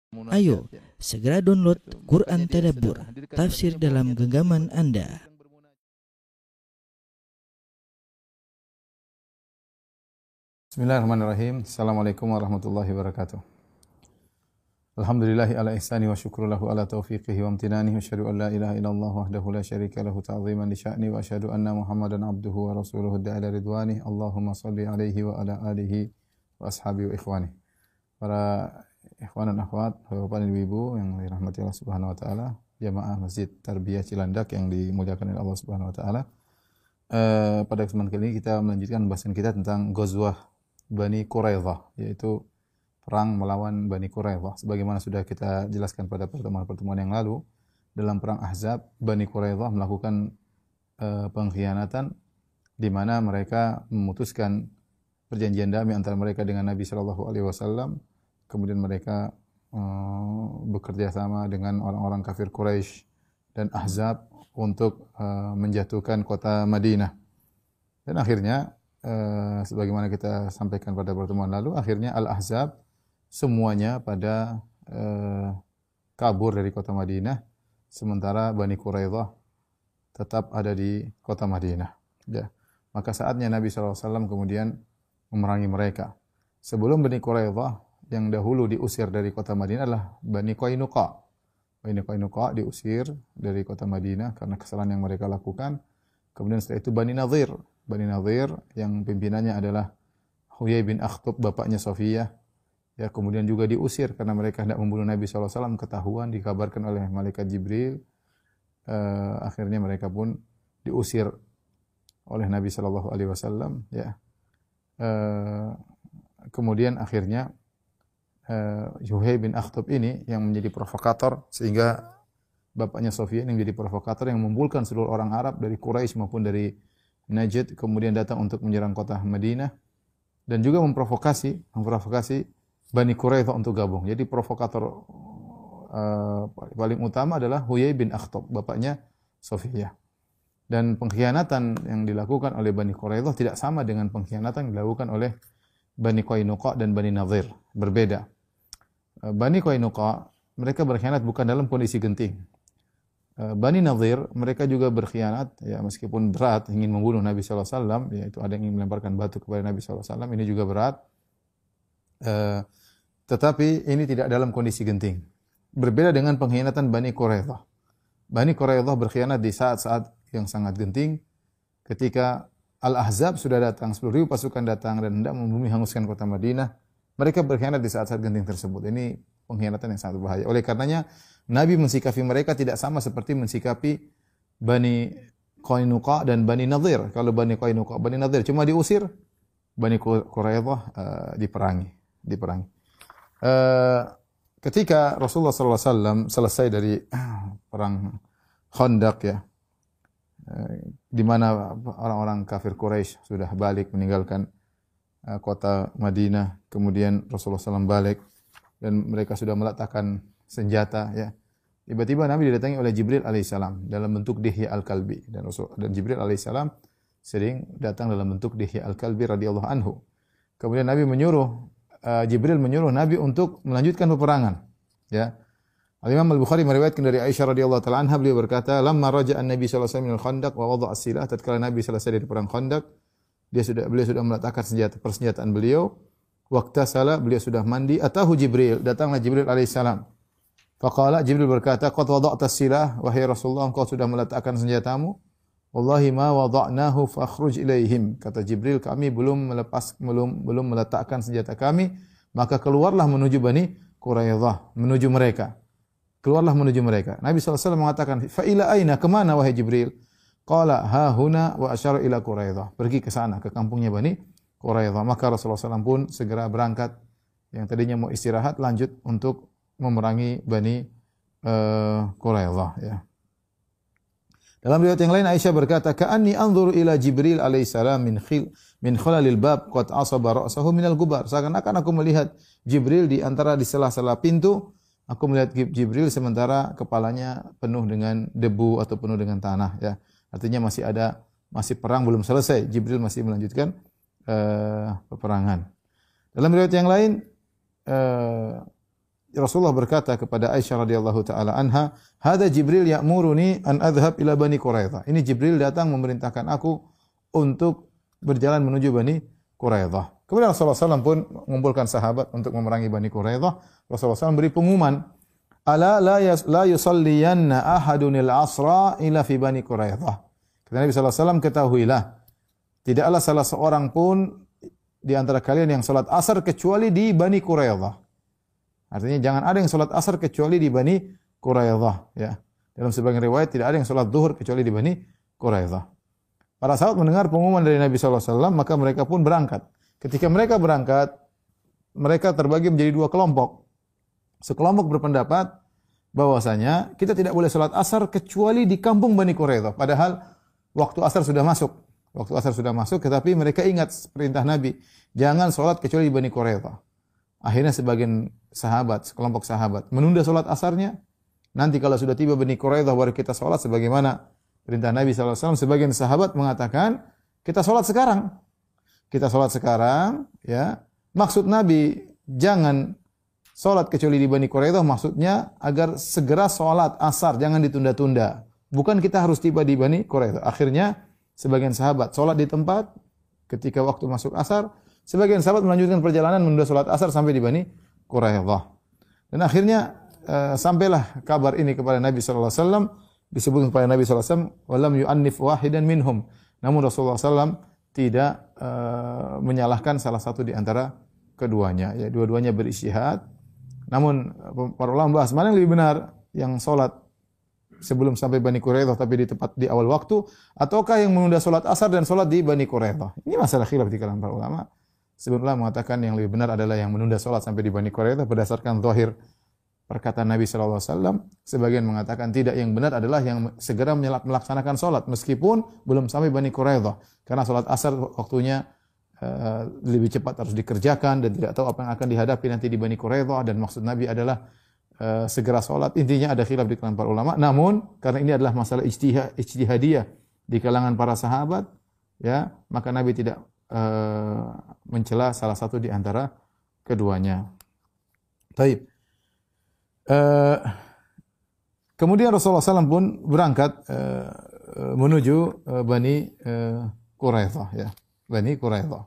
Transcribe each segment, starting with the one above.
Ayo, segera download Quran Tadabbur, tafsir dalam genggaman Anda. Bismillahirrahmanirrahim. Assalamualaikum warahmatullahi wabarakatuh. Alhamdulillahi ala ihsani wa syukru lahu ala taufiqihi wa amtinani wa asyhadu an la ilaha illallah wahdahu la syarika lahu ta'ziman li sya'ni wa asyhadu anna Muhammadan abduhu wa rasuluhu da'ila ridwani. Allahumma salli alaihi wa ala alihi wa ashabihi wa ikhwani. Para ikhwan dan akhwat, bapak dan ibu yang dirahmati Allah Subhanahu wa taala, jamaah Masjid Tarbiyah Cilandak yang dimuliakan oleh Allah Subhanahu wa taala. Pada kesempatan kali ini kita melanjutkan pembahasan kita tentang Ghazwah Bani Quraidah, yaitu perang melawan Bani Quraidah. Sebagaimana sudah kita jelaskan pada pertemuan-pertemuan yang lalu, dalam perang Ahzab, Bani Quraidah melakukan pengkhianatan di mana mereka memutuskan perjanjian damai antara mereka dengan Nabi sallallahu alaihi wasallam. Kemudian mereka bekerja sama dengan orang-orang kafir Quraisy dan Ahzab untuk menjatuhkan kota Madinah. Dan akhirnya sebagaimana kita sampaikan pada pertemuan lalu, akhirnya Al-Ahzab semuanya pada kabur dari kota Madinah, sementara Bani Quraidah tetap ada di kota Madinah. Ya. Maka saatnya Nabi SAW kemudian memerangi mereka. Sebelum Bani Quraidah yang dahulu diusir dari kota Madinah adalah Bani Qainuqa. Bani Qainuqa diusir dari kota Madinah karena kesalahan yang mereka lakukan. Kemudian setelah itu Bani Nadhir. Bani Nadhir yang pimpinannya adalah Huyai bin Akhtab, bapaknya Safiyah. Ya, kemudian juga diusir karena mereka hendak membunuh Nabi SAW, ketahuan, dikabarkan oleh malaikat Jibril. Akhirnya mereka pun diusir oleh Nabi SAW. Ya. Kemudian akhirnya Huyai bin Akhtab ini yang menjadi provokator, sehingga bapaknya Safiyah yang menjadi provokator yang mengumpulkan seluruh orang Arab dari Quraisy maupun dari Najd, kemudian datang untuk menyerang kota Madinah dan juga memprovokasi Bani Quraidah untuk gabung. Jadi provokator paling utama adalah Huyai bin Akhtab, bapaknya Safiyah. Dan pengkhianatan yang dilakukan oleh Bani Quraidah tidak sama dengan pengkhianatan yang dilakukan oleh Bani Qainuqa dan Bani Nadhir, berbeda. Bani Qainuqa mereka berkhianat bukan dalam kondisi genting. Bani Nadhir mereka juga berkhianat, ya meskipun berat, ingin membunuh Nabi sallallahu alaihi wasallam, yaitu ada yang ingin melemparkan batu kepada Nabi sallallahu alaihi wasallam, ini juga berat. Tetapi ini tidak dalam kondisi genting. Berbeda dengan pengkhianatan Bani Quraidah. Bani Quraidah berkhianat di saat-saat yang sangat genting, ketika Al-Ahzab sudah datang, 10.000 pasukan datang dan hendak membumi hanguskan kota Madinah. Mereka berkhianat di saat-saat genting tersebut. Ini pengkhianatan yang sangat berbahaya. Oleh karenanya, Nabi mensikapi mereka tidak sama seperti mensikapi Bani Qainuqa dan Bani Nadhir. Kalau Bani Qainuqa, Bani Nadhir cuma diusir, Bani Quraidah diperangi. Ketika Rasulullah SAW selesai dari perang Khandaq, ya, di mana orang-orang kafir Quraisy sudah balik meninggalkan kota Madinah, kemudian Rasulullah SAW balik dan mereka sudah meletakkan senjata, ya. Tiba-tiba Nabi didatangi oleh Jibril alaihissalam dalam bentuk Dihya al-Kalbi, dan Jibril alaihissalam sering datang dalam bentuk Dihya al-Kalbi radhiyallahu anhu. Kemudian Jibril menyuruh Nabi untuk melanjutkan peperangan, ya. Al-Imam Al-Bukhari meriwayatkan dari Aisyah radhiyallahu taala anha, beliau berkata, "Lamma raja'a an-nabi sallallahu alaihi wasallam min al-Khandaq wa wada'a as-silah." Tatkala Nabi selesai dari perang Khandaq, beliau sudah meletakkan persenjataan beliau. Waqtasala, beliau sudah mandi. Atahu Jibril, datanglah Jibril alaihissalam. Faqala, Jibril berkata, "Qad wada'ta as-silah, wahai Rasulullah, engkau sudah meletakkan senjatamu?" "Wallahi ma wada'nahu fakhruj ilaihim." Kata Jibril, kami belum meletakkan senjata kami, maka keluarlah menuju Bani Quraidah, menuju mereka. Keluarlah menuju mereka. Nabi SAW mengatakan, "Fa ila aina?" Kemana wahai Jibril? Qala ha huna wa asyara ila Quraidah. Pergi ke sana, ke kampungnya Bani Quraidah. Maka Rasulullah SAW pun segera berangkat. Yang tadinya mau istirahat, lanjut untuk memerangi Bani Quraidah, ya. Dalam riwayat yang lain Aisyah berkata, "Ka'anni anzuru ila Jibril alaihissalam min khalalil bab qad asaba ra'sahu minal gubar." Seakan-akan aku melihat Jibril di sela-sela pintu. Aku melihat Jibril sementara kepalanya penuh dengan debu atau penuh dengan tanah, ya. Artinya masih perang belum selesai. Jibril masih melanjutkan peperangan. Dalam riwayat yang lain Rasulullah berkata kepada Aisyah radhiyallahu taala anha, "Hadza Jibril ya'muruni an adhhab ila Bani Quraidah." Ini Jibril datang memerintahkan aku untuk berjalan menuju Bani Quraidah. Kemudian Rasulullah SAW pun mengumpulkan sahabat untuk memerangi Bani Quraidah. Rasulullah SAW beri pengumuman, "Ala la yusalliyanna ahadunil asra ila fi Bani Quraidah." Kata Nabi SAW, ketahuilah, tidaklah salah seorang pun di antara kalian yang salat asar kecuali di Bani Quraidah. Artinya jangan ada yang salat asar kecuali di Bani Quraidah, ya. Dalam sebagian riwayat tidak ada yang salat zuhur kecuali di Bani Quraidah. Para sahabat mendengar pengumuman dari Nabi SAW, maka mereka pun berangkat. Ketika mereka berangkat, mereka terbagi menjadi dua kelompok. Sekelompok berpendapat bahwasanya kita tidak boleh salat asar kecuali di kampung Bani Quraidah. Padahal waktu asar sudah masuk. Waktu asar sudah masuk, tetapi mereka ingat perintah Nabi, jangan salat kecuali di Bani Quraidah. Akhirnya sebagian sahabat, sekelompok sahabat, menunda salat asarnya. Nanti kalau sudah tiba Bani Quraidah baru kita salat sebagaimana perintah Nabi SAW. Sebagian sahabat mengatakan, kita salat sekarang. Kita salat sekarang, ya. Maksud Nabi, jangan salat kecuali di Bani Quraidah, maksudnya agar segera salat asar, jangan ditunda-tunda. Bukan kita harus tiba di Bani Quraidah. Akhirnya, sebagian sahabat salat di tempat ketika waktu masuk asar. Sebagian sahabat melanjutkan perjalanan menunda salat asar sampai di Bani Quraidah. Dan akhirnya sampailah kabar ini kepada Nabi sallallahu alaihi wasallam, disebutkan kepada Nabi sallallahu alaihi wasallam, "Walam yu'annif wahidan minhum." Namun Rasulullah SAW tidak menyalahkan salah satu di antara keduanya, ya, dua-duanya berijtihad. Namun para ulama bahas mana yang lebih benar, yang salat sebelum sampai Bani Quraidah tapi di awal waktu, ataukah yang menunda salat asar dan salat di Bani Quraidah. Ini masalah khilaf di kalangan para ulama. Sebenarnya mengatakan yang lebih benar adalah yang menunda salat sampai di Bani Quraidah berdasarkan zahir perkataan Nabi sallallahu alaihi wasallam. Sebagian mengatakan tidak, yang benar adalah yang segera melaksanakan salat meskipun belum sampai Bani Quraidah, karena salat asar waktunya lebih cepat harus dikerjakan dan tidak tahu apa yang akan dihadapi nanti di Bani Quraidah, dan maksud Nabi adalah segera salat. Intinya ada khilaf di kalangan para ulama. Namun karena ini adalah masalah ijtihadiyah di kalangan para sahabat, ya, maka Nabi tidak mencela salah satu di antara keduanya. Taib. Kemudian Rasulullah SAW pun berangkat menuju Bani Quraidah, ya, Bani Quraidah.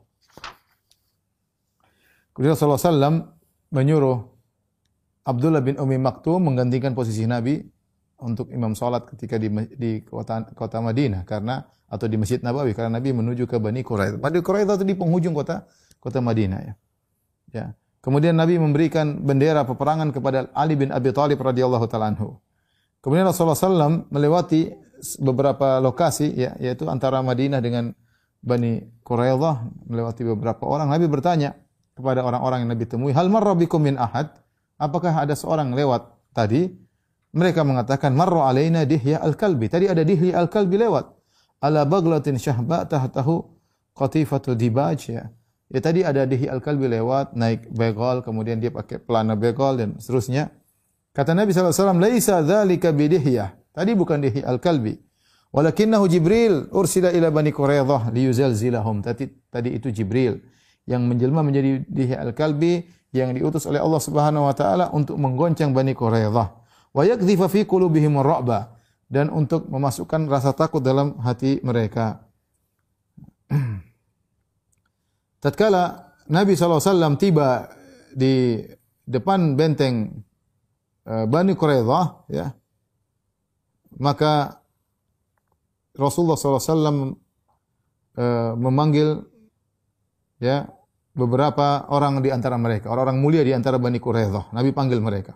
Kemudian Rasulullah SAW menyuruh Abdullah bin Ummi Maktum menggantikan posisi Nabi untuk imam salat ketika di kota Madinah, karena atau di Masjid Nabawi, karena Nabi menuju ke Bani Quraidah. Bani Quraidah itu di penghujung kota Madinah, ya. Ya. Kemudian Nabi memberikan bendera peperangan kepada Ali bin Abi Thalib radhiyallahu taala anhu. Kemudian Rasulullah SAW melewati beberapa lokasi, ya, yaitu antara Madinah dengan Bani Quraidah, melewati beberapa orang. Nabi bertanya kepada orang-orang yang Nabi temui, "Hal marra bikum min ahad?" Apakah ada seorang lewat tadi? Mereka mengatakan, "Marra alaina Dihya al-Kalbi." Tadi ada Dihya al-Kalbi lewat. Ala baglatin syahba tahtahu qatifatu dibaj, ya. Ya, tadi ada Dihya al-Kalbi lewat, naik begal, kemudian dia pakai pelana begal dan seterusnya. Kata Nabi SAW, "Laisa dzalika bidihya." Tadi bukan Dihya al-Kalbi. Walakinnahu Jibril ursila ila Bani Quraidah liyuzalzilahum. Tadi itu Jibril yang menjelma menjadi Dihya al-Kalbi, yang diutus oleh Allah Subhanahu wa taala untuk menggoncang Bani Quraidah. Wa yakdhifa fi qulubihim ar-ra'ba, dan untuk memasukkan rasa takut dalam hati mereka. Tatkala Nabi SAW tiba di depan benteng Bani Quraidah, ya, maka Rasulullah SAW memanggil, ya, beberapa orang di antara mereka, orang-orang mulia di antara Bani Quraidah. Nabi panggil mereka.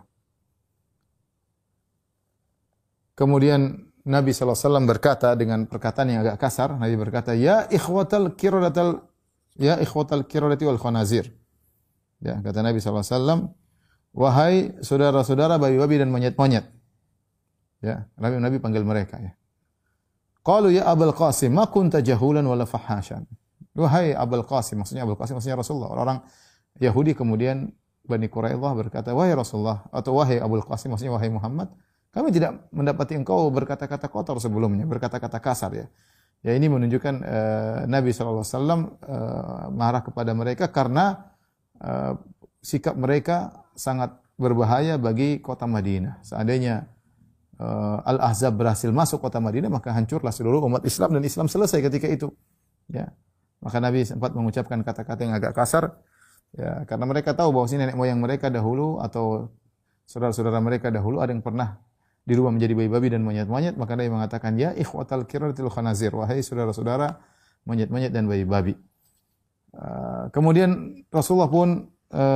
Kemudian Nabi SAW berkata dengan perkataan yang agak kasar. Nabi berkata, "Ya ikhwatal kiradati wal khanazir." Ya, kata Nabi SAW, "Wahai saudara-saudara babi-babi dan monyet-monyet." Ya, Nabi panggil mereka, ya. Qalu ya Abul Qasim, ma kunta jahulan wala fahashan. Wahai Abul Qasim, maksudnya Rasulullah. Orang Yahudi kemudian Bani Quraidah berkata, "Wahai Rasulullah," atau "Wahai Abul Qasim," maksudnya wahai Muhammad, kami tidak mendapati engkau berkata-kata kotor sebelumnya, berkata-kata kasar, ya. Ya, ini menunjukkan Nabi SAW marah kepada mereka karena sikap mereka sangat berbahaya bagi kota Madinah. Seandainya Al-Ahzab berhasil masuk kota Madinah, maka hancurlah seluruh umat Islam dan Islam selesai ketika itu. Ya. Maka Nabi sempat mengucapkan kata-kata yang agak kasar, ya, karena mereka tahu bahwa nenek moyang mereka dahulu atau saudara-saudara mereka dahulu ada yang pernah dirubah menjadi babi-babi dan monyet-monyet, maka Nabi mengatakan, ya ikhwatal kiratil khanazir, wahai saudara-saudara monyet-monyet dan babi-babi. Kemudian Rasulullah pun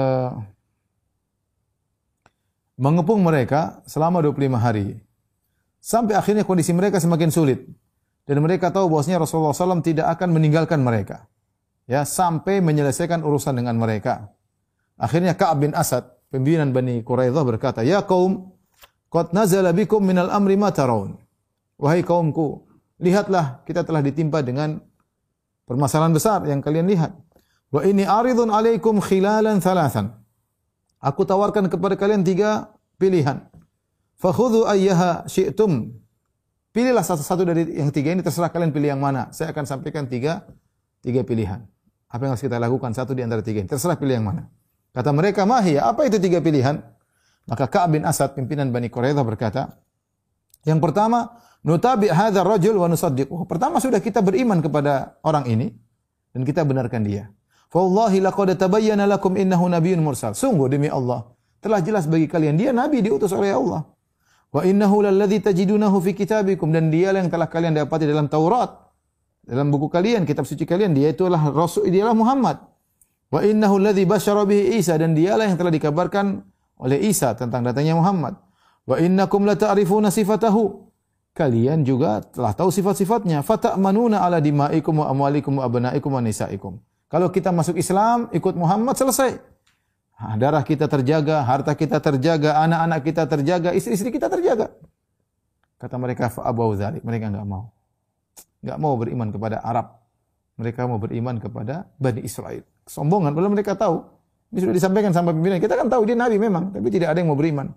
mengepung mereka selama 25 hari. Sampai akhirnya kondisi mereka semakin sulit. Dan mereka tahu bahwasanya Rasulullah SAW tidak akan meninggalkan mereka. Ya, sampai menyelesaikan urusan dengan mereka. Akhirnya Ka'ab bin Asad, pimpinan Bani Quraidah berkata, ya qaum, qad nazala bikum minal amri ma tarawun. Wahai kaumku, lihatlah kita telah ditimpa dengan permasalahan besar yang kalian lihat. Wa inni aridun alaikum khilalan thalathan. Aku tawarkan kepada kalian 3 pilihan. Fakhudhu ayyaha syi'tum. Pilihlah satu dari yang 3 ini, terserah kalian pilih yang mana. Saya akan sampaikan 3 pilihan. Apa yang harus kita lakukan? Satu di antara 3 ini. Terserah pilih yang mana. Kata mereka, mahiyah, apa itu 3 pilihan? Maka Ka'ab bin Asad, pimpinan Bani Quraidah berkata, yang pertama, nutabi' hadzal rajul wa nusaddiquhu. Pertama sudah kita beriman kepada orang ini dan kita benarkan dia. Fa wallahi laqad tabayyana lakum innahu nabiyyun mursal. Sungguh demi Allah, telah jelas bagi kalian dia nabi diutus oleh Allah. Wa innahu lalladzi tajidunahu fi kitabikum, dan dialah yang telah kalian dapati dalam Taurat, dalam buku kalian, kitab suci kalian, dia itulah rasul, dialah Muhammad. Wa innahu alladzi basyara bihi Isa, dan dialah yang telah dikabarkan oleh Isa tentang datangnya Muhammad. Wa innakum la ta'rifuna sifatahu, kalian juga telah tahu sifat-sifatnya. Fata'manuna ala dimaikum wa amwalikum wa abnaikum wa nisaikum. Kalau kita masuk Islam, ikut Muhammad, selesai. Darah kita terjaga, harta kita terjaga, anak-anak kita terjaga, istri-istri kita terjaga. Kata mereka, fa'abau dzalik. Mereka enggak mau. Enggak mau beriman kepada Arab. Mereka mau beriman kepada Bani Israel. Kesombongan, padahal mereka tahu. Ini sudah disampaikan sama pimpinan. Kita kan tahu dia nabi memang, tapi tidak ada yang mau beriman.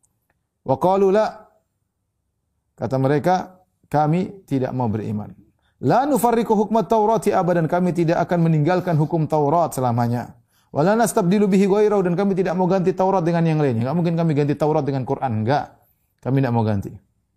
Wa qalu la. Kata mereka, kami tidak mau beriman. La nufarriqu hukmat Taurati abadan, kami tidak akan meninggalkan hukum Taurat selamanya. Wala nastabdilu bihi ghairahu, dan kami tidak mau ganti Taurat dengan yang lainnya. Enggak mungkin kami ganti Taurat dengan Quran, enggak. Kami tidak mau ganti.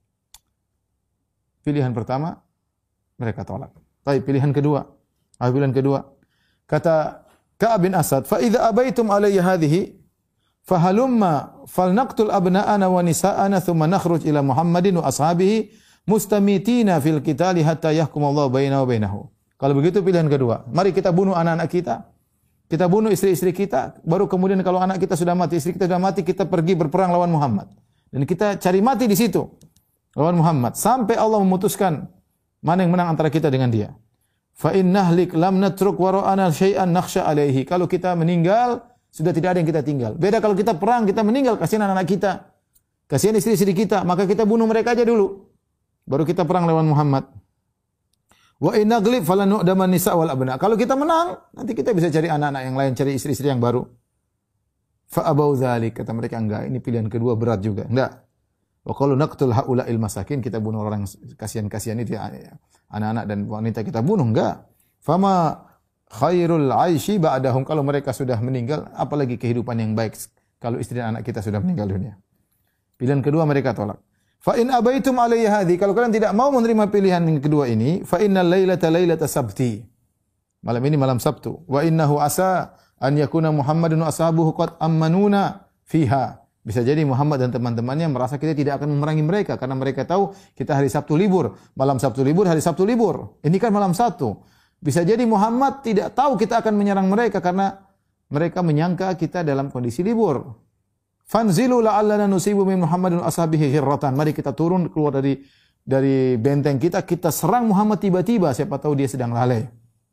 Pilihan pertama mereka tolak. Baik, pilihan kedua. Pilihan kedua. Kata Ka'ab bin Asad, "Fa idza abaitum alayya hadhihi fahalumma falnaqtul abna'ana wa nisa'ana thumma nakhruj ila Muhammadin wa ashabihi mustamitina fil qitali hatta yahkumallahu bainana wa bainahu." Kalau begitu pilihan kedua, mari kita bunuh anak-anak kita. Kita bunuh istri-istri kita, baru kemudian kalau anak kita sudah mati, istri kita sudah mati, kita pergi berperang lawan Muhammad. Dan kita cari mati di situ. Lawan Muhammad sampai Allah memutuskan mana yang menang antara kita dengan dia. Fa innahlik lam natruk wara'ana syai'an nakhsha alaihi. Kalau kita meninggal, sudah tidak ada yang kita tinggal. Beda kalau kita perang, kita meninggal, kasihan anak kita. Kasihan istri-istri kita, maka kita bunuh mereka aja dulu. Baru kita perang lawan Muhammad. Wa inna ghlib falan nu'daman nisa wal abna. Kalau kita menang, nanti kita bisa cari anak-anak yang lain, cari istri-istri yang baru. Fa abau dzalik, kata mereka enggak, ini pilihan kedua berat juga. Enggak. Wa qalu naqtul haula'il masakin, kita bunuh orang kasihan-kasihan itu, anak-anak dan wanita kita bunuh, enggak. Fama khairul aishi ba'dahum, kalau mereka sudah meninggal, apalagi kehidupan yang baik kalau istri dan anak kita sudah meninggal dunia. Pilihan kedua mereka tolak. Fa in abaitum alayya hadhi, kalau kalian tidak mau menerima pilihan yang kedua ini, fa innal lailata lailata sabti. Malam ini malam Sabtu. Wa innahu asa an yakuna Muhammadun wa ashabuhu qad ammanuna fiha. Bisa jadi Muhammad dan teman-temannya merasa kita tidak akan memerangi mereka karena mereka tahu kita hari Sabtu libur. Malam Sabtu libur, hari Sabtu libur. Ini kan malam Sabtu. Bisa jadi Muhammad tidak tahu kita akan menyerang mereka karena mereka menyangka kita dalam kondisi libur. Fanzilu la'allana nusibu min Muhammadin ashabihi ghirratan. Mari kita turun keluar dari benteng kita serang Muhammad tiba-tiba, siapa tahu dia sedang lalai.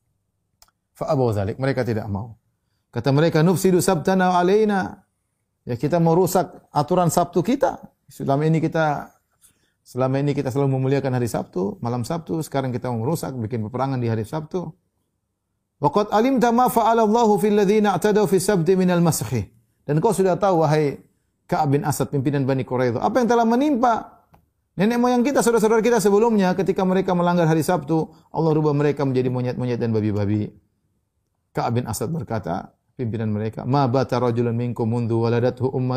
Fa abaw dzalik, mereka tidak mau. Kata mereka, nufsidu sabtana alaina. Ya, kita mau rusak aturan Sabtu kita. Selama ini kita selalu memuliakan hari Sabtu, malam Sabtu, sekarang kita mau merusak, bikin peperangan di hari Sabtu. Wa qad alimta ma fa'ala Allahu fil ladzina i'tadaw fi sabti minal masakhi. Dan kau sudah tahu, wahai Ka'ab bin Asad, pimpinan Bani Quraidah, apa yang telah menimpa nenek moyang kita, saudara-saudara kita sebelumnya ketika mereka melanggar hari Sabtu, Allah rubah mereka menjadi monyet-monyet dan babi-babi. Ka'ab bin Asad berkata, pimpinan mereka, ma bata rajulun minkum mundu waladathu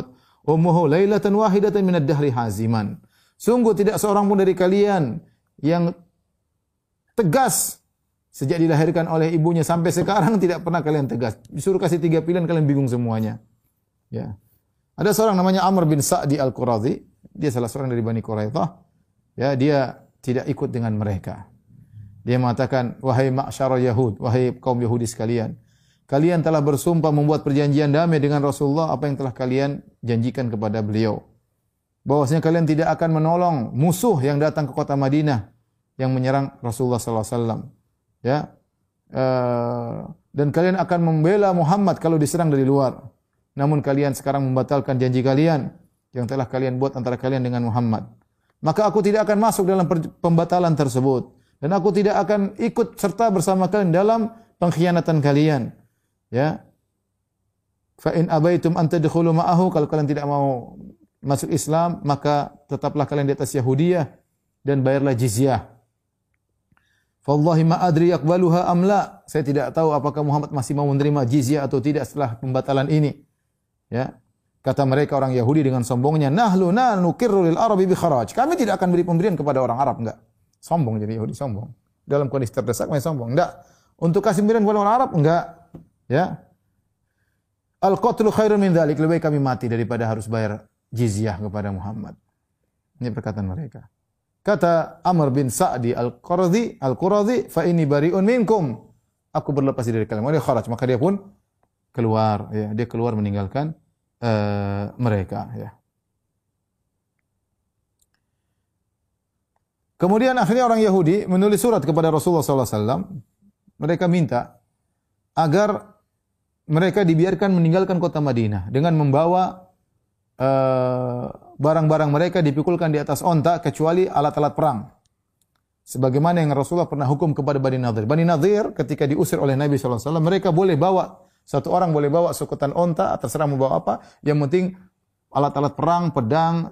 ummuhu lailatan wahidatan min ad-dahri haziman. Sungguh tidak seorang pun dari kalian yang tegas sejak dilahirkan oleh ibunya sampai sekarang tidak pernah kalian tegas. Disuruh kasih 3 pilihan kalian bingung semuanya. Ya. Ada seorang namanya Amr bin Sa'di Al-Quradhi, dia salah seorang dari Bani Quraidah. Ya, dia tidak ikut dengan mereka. Dia mengatakan, wahai ma'syara Yahud, wahai kaum Yahudi sekalian, kalian telah bersumpah membuat perjanjian damai dengan Rasulullah, apa yang telah kalian janjikan kepada beliau. Bahwasanya kalian tidak akan menolong musuh yang datang ke kota Madinah yang menyerang Rasulullah sallallahu alaihi wasallam. Ya. Dan kalian akan membela Muhammad kalau diserang dari luar. Namun kalian sekarang membatalkan janji kalian yang telah kalian buat antara kalian dengan Muhammad. Maka aku tidak akan masuk dalam pembatalan tersebut. Dan aku tidak akan ikut serta bersama kalian dalam pengkhianatan kalian. Ya. Fa in abaitum an tadkhulu ma'ahu, kalau kalian tidak mau masuk Islam, maka tetaplah kalian di atas Yahudiyah dan bayarlah jizyah. Wallahi ma adri yaqbaluha am la. Saya tidak tahu apakah Muhammad masih mau menerima jizyah atau tidak setelah pembatalan ini. Ya. Kata mereka orang Yahudi dengan sombongnya, nahlu nukirru lil arabi bi kharaj. Kami tidak akan beri pemberian kepada orang Arab, enggak. Sombong jadi Yahudi, sombong. Dalam kondisi terdesak masih sombong. Enggak. Untuk kasih pemberian kepada orang Arab, enggak. Ya. Al-qatlu khairun min dzalik. Lebih baik kami mati daripada harus bayar jizyah kepada Muhammad. Ini perkataan mereka. Kata Amr bin Sa'di Al-Quradhi, fa inni bari'un minkum. Aku berlepas diri dari kalian. Dia kharaj, maka dia pun keluar, ya. Dia keluar meninggalkan mereka, ya. Kemudian akhirnya orang Yahudi menulis surat kepada Rasulullah sallallahu alaihi wasallam. Mereka minta agar mereka dibiarkan meninggalkan kota Madinah dengan membawa barang-barang mereka dipikulkan di atas onta kecuali alat-alat perang. Sebagaimana yang Rasulullah pernah hukum kepada Bani Nadir. Bani Nadir ketika diusir oleh Nabi sallallahu alaihi wasallam, mereka boleh bawa, satu orang boleh bawa sukutan onta, terserah mau bawa apa, yang penting alat-alat perang, pedang,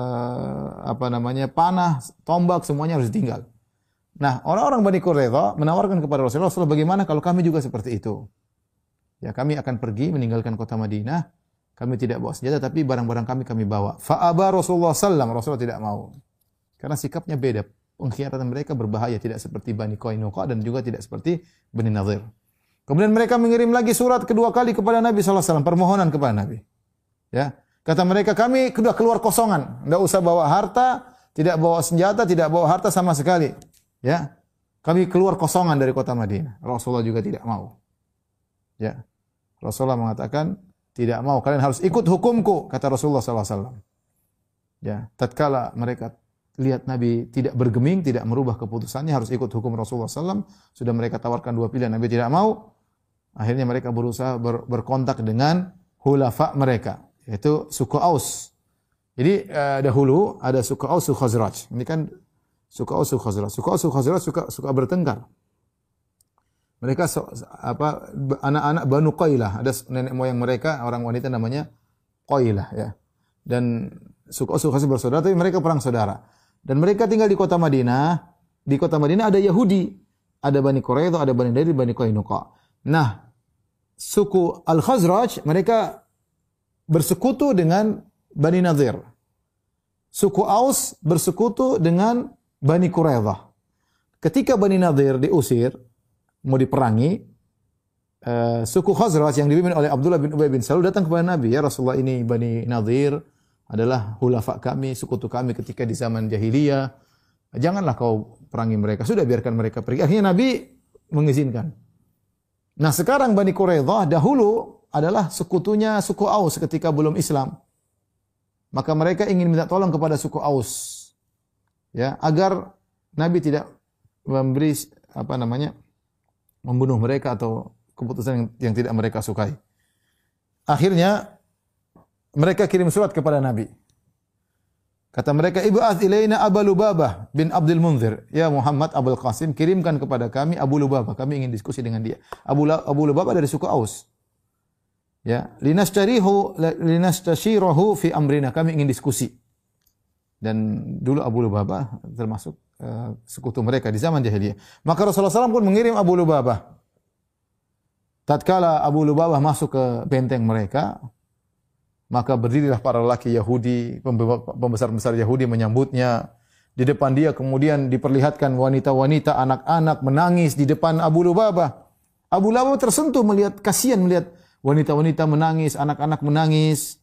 panah, tombak, semuanya harus ditinggal. Nah, orang-orang Bani Quraidah menawarkan kepada Rasulullah, bagaimana kalau kami juga seperti itu? Ya, kami akan pergi meninggalkan kota Madinah. Kami tidak bawa senjata, tapi barang-barang kami bawa. Fa'aba Rasulullah sallam. Rasulullah tidak mau. Karena sikapnya beda. Pengkhianatan mereka berbahaya. Tidak seperti Bani Qainuqa dan juga tidak seperti Bani Nadir. Kemudian mereka mengirim lagi surat kedua kali kepada Nabi SAW. Permohonan kepada Nabi. Ya. Kata mereka, kami sudah keluar kosongan. Tidak usah bawa harta, tidak bawa senjata, tidak bawa harta sama sekali. Ya. Kami keluar kosongan dari kota Madinah. Rasulullah juga tidak mau. Ya. Rasulullah mengatakan, tidak mau, kalian harus ikut hukumku, kata Rasulullah SAW. Ya, tatkala mereka lihat Nabi tidak bergeming, tidak merubah keputusannya, harus ikut hukum Rasulullah SAW. Sudah mereka tawarkan 2 pilihan, Nabi tidak mau. Akhirnya mereka berusaha berkontak dengan hulafa mereka, yaitu suku Aus. Jadi dahulu ada suku Aus, suku Khazraj. Ini kan suku Aus, suku Khazraj. Suku Aus, suku Khazraj suka bertengkar. Mereka anak-anak Banu Qailah, ada nenek moyang mereka, orang wanita namanya Qailah, ya. Dan suku Khazraj bersaudara, tapi mereka perang saudara. Dan mereka tinggal di kota Madinah. Di kota Madinah ada Yahudi, ada Bani Quraidah, ada Bani Nadir, Bani Qainuqa. Nah, suku Al-Khazraj mereka bersekutu dengan Bani Nadir. Suku Aus bersekutu dengan Bani Quraidah. Ketika Bani Nadir diusir, mau diperangi, suku Khazraj yang dipimpin oleh Abdullah bin Ubay bin Salul datang kepada Nabi, ya Rasulullah, ini Bani Nadir adalah hulafa kami, sekutu kami ketika di zaman jahiliyah. Janganlah kau perangi mereka, sudah biarkan mereka pergi. Akhirnya Nabi mengizinkan. Nah, sekarang Bani Quraidah dahulu adalah sekutunya suku Aus ketika belum Islam. Maka mereka ingin minta tolong kepada suku Aus, ya, agar Nabi tidak memberi membunuh mereka atau keputusan yang tidak mereka sukai. Akhirnya mereka kirim surat kepada Nabi. Kata mereka, "Ib'ats ilaina Abu Lubabah bin Abdul Munzir." Ya Muhammad Abul Qasim, kirimkan kepada kami Abu Lubabah. Kami ingin diskusi dengan dia. Abu Lubabah dari suku Aus. Ya, linastashirahu fi amrina. Kami ingin diskusi. Dan dulu Abu Lubabah termasuk sekutu mereka di zaman jahiliyah. Maka Rasulullah SAW pun mengirim Abu Lubabah. Tatkala Abu Lubabah masuk ke benteng mereka, Maka berdirilah para lelaki Yahudi, pembesar-pembesar Yahudi menyambutnya. Di depan dia kemudian diperlihatkan wanita-wanita, anak-anak menangis di depan Abu Lubabah. Abu Lubabah tersentuh melihat, kasihan melihat wanita-wanita menangis, anak-anak menangis.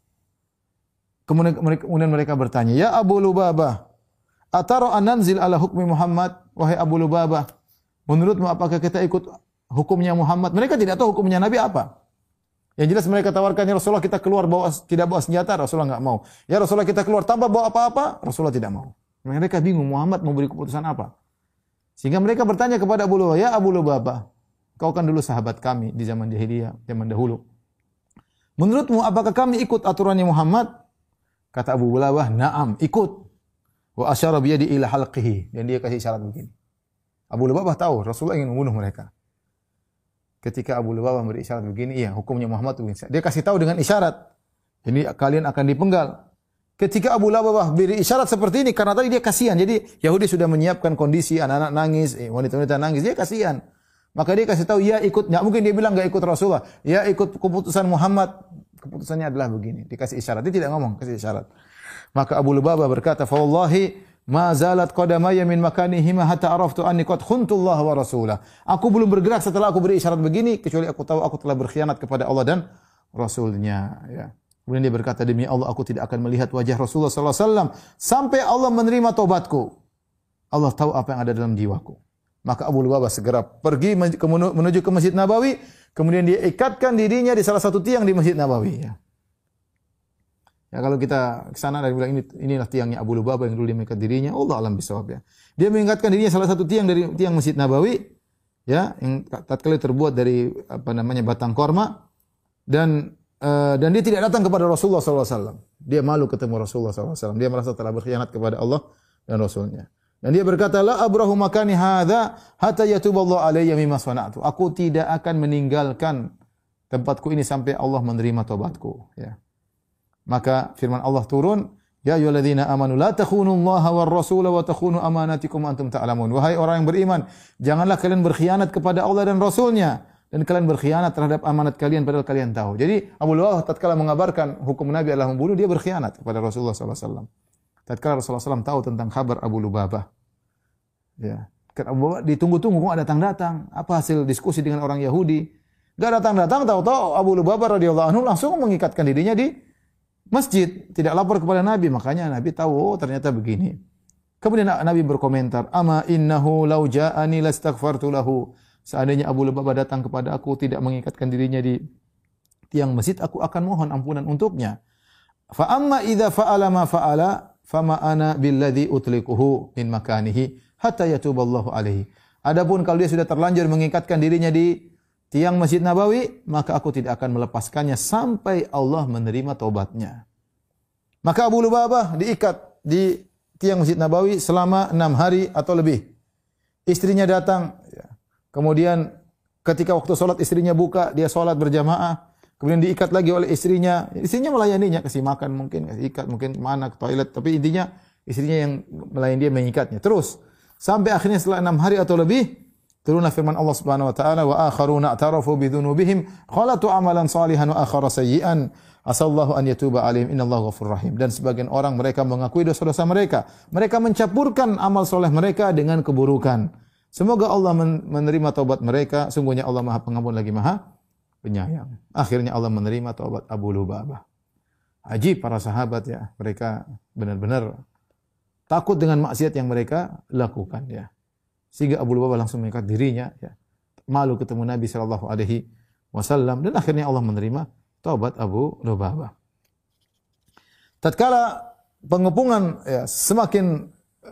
Kemudian mereka bertanya, "Ya Abu Lubabah, atara ananzil ala hukmi Muhammad?" Wahai Abu Lubabah, menurutmu apakah kita ikut hukumnya Muhammad? Mereka tidak tahu hukumnya Nabi apa. Yang jelas mereka tawarkan, "Ya Rasulullah, kita keluar tidak bawa senjata." Rasulullah enggak mau. "Ya Rasulullah, kita keluar tanpa bawa apa-apa." Rasulullah tidak mau. Mereka bingung Muhammad mau beri keputusan apa. Sehingga mereka bertanya kepada Abu Lubabah, "Ya Abu Lubabah, kau kan dulu sahabat kami di zaman jahiliyah, zaman dahulu. Menurutmu apakah kami ikut aturannya Muhammad?" Kata Abu Lubabah, "Na'am, ikut." Wa asyara bi yadi ila halqihi, dan dia kasih isyarat begini. Abu Lubabah tahu Rasulullah ingin membunuh mereka. Ketika Abu Lubabah beri isyarat begini, iya, hukumnya Muhammad begini. Dia kasih tahu dengan isyarat. Ini kalian akan dipenggal. Ketika Abu Lubabah beri isyarat seperti ini, karena tadi dia kasihan. Jadi Yahudi sudah menyiapkan kondisi, anak-anak nangis, wanita-wanita nangis, dia kasihan. Maka dia kasih tahu, ya ikut. Nggak mungkin dia bilang nggak ikut Rasulullah. Ya ikut keputusan Muhammad. Keputusannya adalah begini. Dikasih isyarat. Dia tidak ngomong, kasih isyarat. Maka Abu Lubabah berkata, "Fawallahi ma zalat qadamaya min makanihima hatta araftu anni qad khuntullah wa rasulah." Aku belum bergerak setelah aku beri isyarat begini, kecuali aku tahu aku telah berkhianat kepada Allah dan Rasulnya. Ya. Kemudian dia berkata, "Demi Allah, aku tidak akan melihat wajah Rasulullah SAW sampai Allah menerima taubatku. Allah tahu apa yang ada dalam jiwaku." Maka Abu Lubabah segera pergi menuju ke Masjid Nabawi. Kemudian dia ikatkan dirinya di salah satu tiang di Masjid Nabawi. Ya, kalau kita ke sana dan bilang inilah tiangnya Abu Lubabah yang dulu dia mengikat dirinya, Allah alam bisawab ya. Dia mengikatkan dirinya salah satu tiang dari tiang Masjid Nabawi, ya, yang tatkala terbuat dari batang korma, dan dia tidak datang kepada Rasulullah SAW. Dia malu ketemu Rasulullah SAW. Dia merasa telah berkhianat kepada Allah dan Rasulnya. Dan dia berkata, "La abrahu makani hadza hatta yatuballahu alayya mimma sana'tu." Aku tidak akan meninggalkan tempatku ini sampai Allah menerima taubatku. Ya. Maka firman Allah turun, "Ya ayyuhalladzina amanu la takhunullaha war rasula wa takhunu amanatikum wa antum ta'lamun." Wahai orang yang beriman, janganlah kalian berkhianat kepada Allah dan Rasulnya, dan kalian berkhianat terhadap amanat kalian padahal kalian tahu. Jadi Abu Lubabah tatkala mengabarkan hukum Nabi adalah membunuh, dia berkhianat kepada Rasulullah SAW. Tatkala Rasulullah SAW tahu tentang kabar Abu Lubabah, ya, kan Abu Lubabah ditunggu-tunggu kok datang-datang. Apa hasil diskusi dengan orang Yahudi? Enggak datang-datang, tahu-tahu Abu Lubabah radhiyallahu anhu langsung mengikatkan dirinya di masjid, tidak lapor kepada Nabi. Makanya Nabi tahu, oh ternyata begini. Kemudian Nabi berkomentar, "Ama innahu law ja'ani lastaghfartu lahu." Seandainya Abu Lubabah datang kepada aku tidak mengikatkan dirinya di tiang masjid, aku akan mohon ampunan untuknya. Fa amma idza fa'ala ma fa'ala fama ana billadzi utlikuhu min makanihi hatta yatuballahu alaihi. Adapun kalau dia sudah terlanjur mengikatkan dirinya di tiang Masjid Nabawi, maka aku tidak akan melepaskannya sampai Allah menerima taubatnya. Maka Abu Lubabah diikat di tiang Masjid Nabawi selama 6 hari atau lebih. Istrinya datang, kemudian ketika waktu sholat istrinya buka, dia sholat berjamaah, kemudian diikat lagi oleh istrinya. Istrinya melayaninya, kasih makan mungkin, kasih ikat mungkin kemana, ke toilet, tapi intinya istrinya yang melayani dia, mengikatnya. Terus sampai akhirnya setelah 6 hari atau lebih, turunlah firman Allah Subhanahu wa taala, "Wa akharuna i'tarafu bi dzunubihim khalatu amalan salihan wa akhara sayyi'an asallahu an yatuba 'alaihim innallaha ghafurur rahim." Dan sebagian orang mereka mengakui dosa-dosa mereka. Mereka mencampurkan amal soleh mereka dengan keburukan. Semoga Allah menerima taubat mereka. Sungguhnya Allah Maha Pengampun lagi Maha Penyayang. Akhirnya Allah menerima taubat Abu Lubabah. Ajib para sahabat ya. Mereka benar-benar takut dengan maksiat yang mereka lakukan ya. Sehingga Abu Lubabah langsung mengikat dirinya, ya, malu ketemu Nabi SAW, dan akhirnya Allah menerima taubat Abu Lubabah. Tatkala pengepungan ya, semakin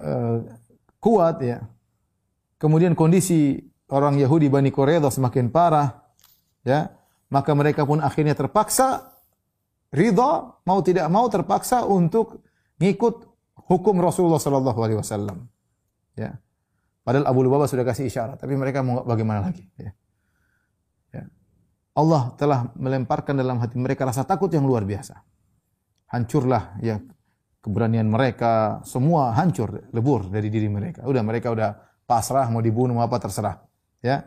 kuat, ya, kemudian kondisi orang Yahudi Bani Quraidah semakin parah, ya, maka mereka pun akhirnya terpaksa ridha, mau tidak mau terpaksa untuk ngikut hukum Rasulullah SAW. Ya. Padahal Abu Lubabah sudah kasih isyarat, tapi mereka mau bagaimana lagi? Ya. Ya. Allah telah melemparkan dalam hati mereka rasa takut yang luar biasa. Hancurlah ya keberanian mereka, semua hancur, lebur dari diri mereka. Mereka udah pasrah, mau dibunuh apa terserah. Ya.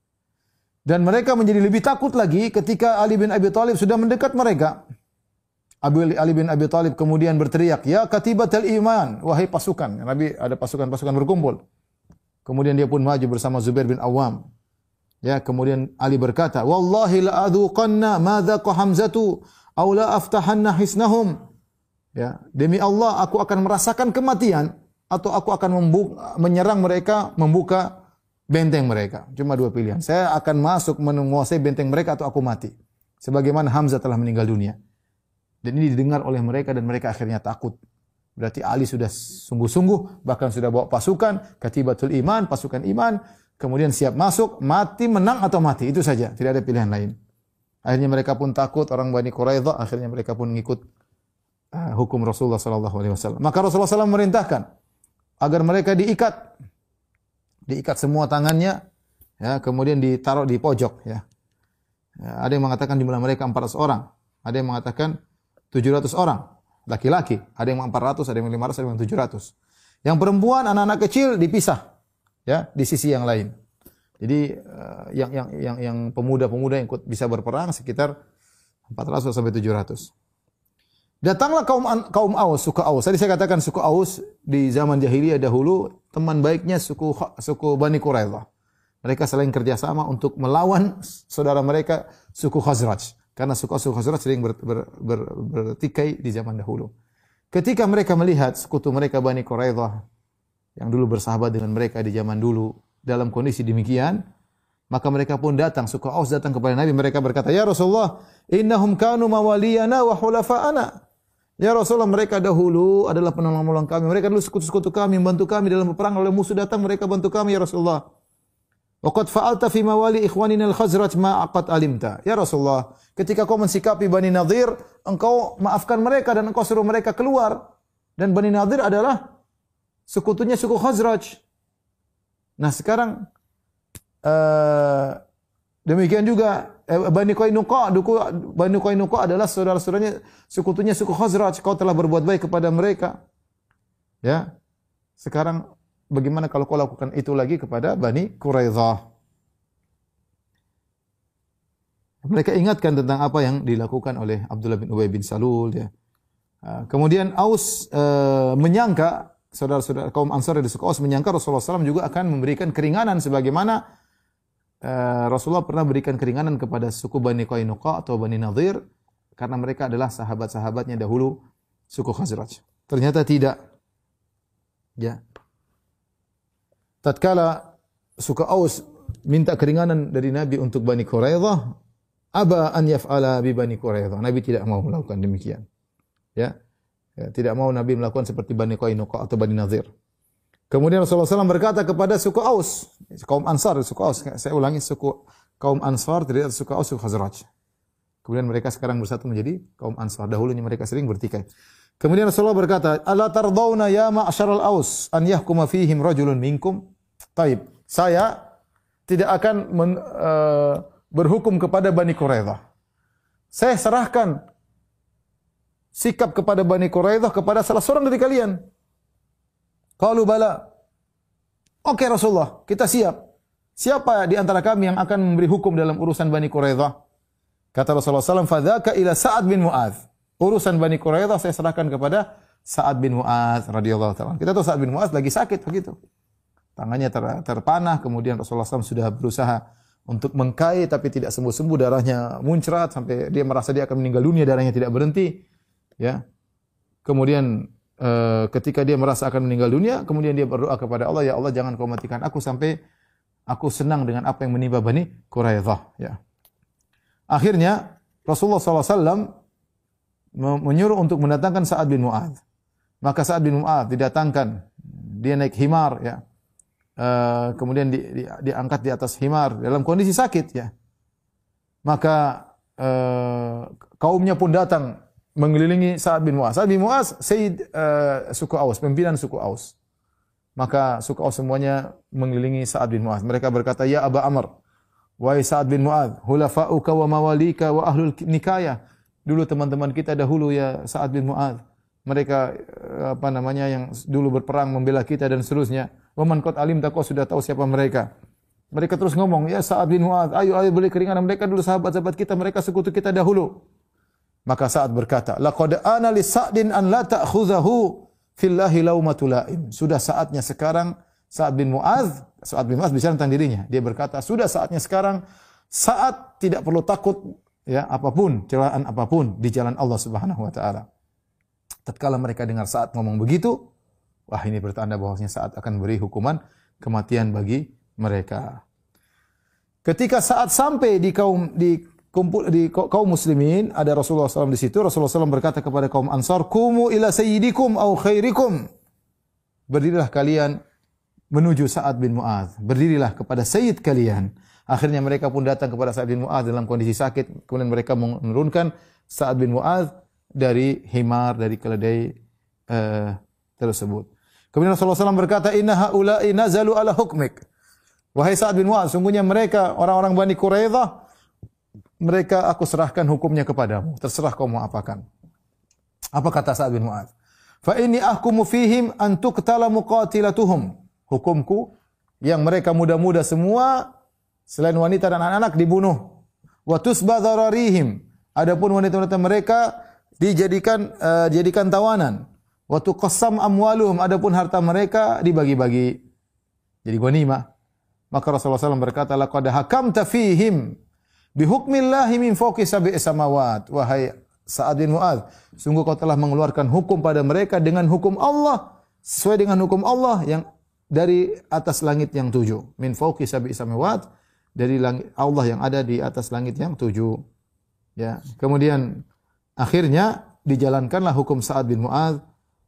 Dan mereka menjadi lebih takut lagi ketika Ali bin Abi Thalib sudah mendekat mereka. Ali bin Abi Thalib kemudian berteriak, "Ya katibatal iman," wahai pasukan. Nabi ada pasukan-pasukan berkumpul. Kemudian dia pun maju bersama Zubair bin Awam. Ya, kemudian Ali berkata, "Wallahi la adzuqanna ma dzaqa Hamzatu aw la aftahanna hisnahum." Ya, demi Allah aku akan merasakan kematian atau aku akan menyerang mereka, membuka benteng mereka. Cuma dua pilihan. Saya akan masuk menguasai benteng mereka atau aku mati. Sebagaimana Hamzah telah meninggal dunia. Dan ini didengar oleh mereka dan mereka akhirnya takut. Berarti Ali sudah sungguh-sungguh, bahkan sudah bawa pasukan, katibatul iman, pasukan iman, kemudian siap masuk, mati, menang atau mati. Itu saja, tidak ada pilihan lain. Akhirnya mereka pun takut, orang Bani Quraidah, akhirnya mereka pun mengikut hukum Rasulullah SAW. Maka Rasulullah SAW memerintahkan agar mereka diikat semua tangannya, ya, kemudian ditaruh di pojok. Ya. Ada yang mengatakan jumlah mereka 400 orang, ada yang mengatakan 700 orang, laki-laki, ada yang 400, ada yang 500, ada yang 700. Yang perempuan, anak-anak kecil dipisah, ya, di sisi yang lain. Jadi yang pemuda-pemuda yang ikut bisa berperang sekitar 400 sampai 700. Datanglah kaum Aus, suku Aus. Tadi saya katakan suku Aus di zaman jahiliyah dahulu teman baiknya suku Bani Quraidah. Mereka saling kerjasama untuk melawan saudara mereka suku Khazraj. Karena suku Khazraj sering bertikai di zaman dahulu. Ketika mereka melihat sekutu mereka Bani Quraidah yang dulu bersahabat dengan mereka di zaman dulu dalam kondisi demikian, maka mereka pun datang, suku Aus datang kepada Nabi, mereka berkata, "Ya Rasulullah, innahum kanu mawaliyana wa hulafa'ana." Ya Rasulullah, mereka dahulu adalah penolong-penolong kami, mereka dulu sekutu-sekutu kami, membantu kami dalam peperang, oleh musuh datang mereka bantu kami ya Rasulullah. Wa qad fa'alta fi mawali ikhwanina al-Khazraj ma aqad alimta. Ya Rasulullah, ketika kau mensikapi Bani Nadir, engkau maafkan mereka dan engkau suruh mereka keluar. Dan Bani Nadir adalah sekutunya suku Khazraj. Nah, sekarang demikian juga Bani Qainuqa adalah saudara-saudaranya sekutunya suku Khazraj. Kau telah berbuat baik kepada mereka. Ya. Sekarang bagaimana kalau kau lakukan itu lagi kepada Bani Quraidah? Mereka ingatkan tentang apa yang dilakukan oleh Abdullah bin Ubay bin Salul. Ya. Kemudian Aus menyangka, saudara-saudara kaum Ansar di suku Aus menyangka Rasulullah SAW juga akan memberikan keringanan sebagaimana Rasulullah pernah berikan keringanan kepada suku Bani Qainuqa atau Bani Nadir karena mereka adalah sahabat-sahabatnya dahulu suku Khazraj. Ternyata tidak. Ya. Tatkala suku Aus minta keringanan dari Nabi untuk Bani Quraidah, aba an yaf'ala bi Bani Quraidah. Nabi tidak mau melakukan demikian. Ya. Tidak mau Nabi melakukan seperti Bani Qainuqa atau Bani Nadir. Kemudian Rasulullah SAW berkata kepada suku Aus, kaum Ansar, suku Aus, saya ulangi, suku kaum Ansar, tidak suku Aus, suku Khazraj. Kemudian mereka sekarang bersatu menjadi kaum Ansar. Dahulunya mereka sering bertikai. Kemudian Rasulullah berkata, "Ala tardawna ya ma'asyaral Aus an yahkuma fihim rajulun minkum?" Taib, saya tidak akan berhukum kepada Bani Quraidah. Saya serahkan sikap kepada Bani Quraidah kepada salah seorang dari kalian. Qalu bala. Oke Rasulullah, kita siap. Siapa di antara kami yang akan memberi hukum dalam urusan Bani Quraidah? Kata Rasulullah SAW, "Fadzaka ila Sa'ad bin Mu'adz." Urusan Bani Quraidah saya serahkan kepada Sa'ad bin Mu'adz radhiyallahu ta'ala. Kita tahu Sa'ad bin Mu'adz lagi sakit begitu. Tangannya terpanah, kemudian Rasulullah SAW sudah berusaha untuk mengkai tapi tidak sembuh-sembuh, darahnya muncrat sampai dia merasa dia akan meninggal dunia, darahnya tidak berhenti. Ya. Kemudian ketika dia merasa akan meninggal dunia, kemudian dia berdoa kepada Allah, "Ya Allah, jangan kau matikan aku sampai aku senang dengan apa yang menimpa Bani Quraidah." Ya. Akhirnya Rasulullah SAW menyuruh untuk mendatangkan Sa'ad bin Mu'adz. Maka Sa'ad bin Mu'adz didatangkan, dia naik himar, ya. Kemudian diangkat di atas himar dalam kondisi sakit, ya. Maka kaumnya pun datang mengelilingi Sa'ad bin Mu'adz. Sa'ad bin Mu'adz Sayyid suku Aus, pimpinan suku Aus. Maka suku Aus semuanya mengelilingi Sa'ad bin Mu'adz. Mereka berkata, "Ya Aba Amr, wahai Sa'ad bin Mu'adz, hulafa'uka wa mawalika wa ahlul nikayah." Dulu teman-teman kita dahulu ya Sa'ad bin Mu'adz. Mereka yang dulu berperang membela kita dan seterusnya. Wa man qad alimta, kau sudah tahu siapa mereka. Mereka terus ngomong, "Ya Sa'ad bin Mu'adz, ayo beri keringanan, mereka dulu sahabat-sahabat kita, mereka sekutu kita dahulu." Maka Sa'ad berkata, laqad ana li Sa'din an la ta'khudhahu fillahi laumatul laim. Sudah saatnya sekarang Sa'ad bin Mu'adz bicara tentang dirinya. Dia berkata, sudah saatnya sekarang Sa'ad tidak perlu takut ya apapun, celaan apapun di jalan Allah Subhanahu wa taala. Tatkala mereka dengar Sa'ad ngomong begitu, wah ini bertanda bahwasanya Sa'ad akan beri hukuman kematian bagi mereka. Ketika Sa'ad sampai di kaum muslimin, ada Rasulullah SAW di situ. Rasulullah SAW berkata kepada kaum Ansar, "Kumu ila sayyidikum au khairikum." Berdirilah kalian menuju Sa'ad bin Mu'adz. Berdirilah kepada sayyid kalian. Akhirnya mereka pun datang kepada Sa'ad bin Mu'adz dalam kondisi sakit. Kemudian mereka menurunkan Sa'ad bin Mu'adz dari himar, dari keledai tersebut. Kemudian Rasulullah SAW berkata, "Inna haula'i nazalu ala hukmik." Wahai Sa'ad bin Mu'adz, sungguhnya mereka orang-orang Bani Quraidah, mereka aku serahkan hukumnya kepadamu. Terserah kau mau apakan. Apa kata Sa'ad bin Mu'adz? Fa inni ahkumu fihim an tuqtala muqatilatuhum. Hukumku yang mereka muda-muda semua selain wanita dan anak-anak dibunuh. Wa tusba dhararihim. Adapun wanita-wanita mereka dijadikan tawanan. Wa tuqassam amwaluhum. Adapun harta mereka dibagi-bagi jadi ghanimah. Maka Rasulullah SAW berkata, laqad hakamta fihim bihukmillahi min fawqi sab'i samawat. Wahai Sa'ad bin Mu'adz, sungguh kau telah mengeluarkan hukum pada mereka dengan hukum Allah, sesuai dengan hukum Allah yang dari atas langit yang 7. Min fawqi sab'i samawat, dari langit Allah yang ada di atas langit yang 7. Ya, kemudian akhirnya dijalankanlah hukum Sa'ad bin Mu'adz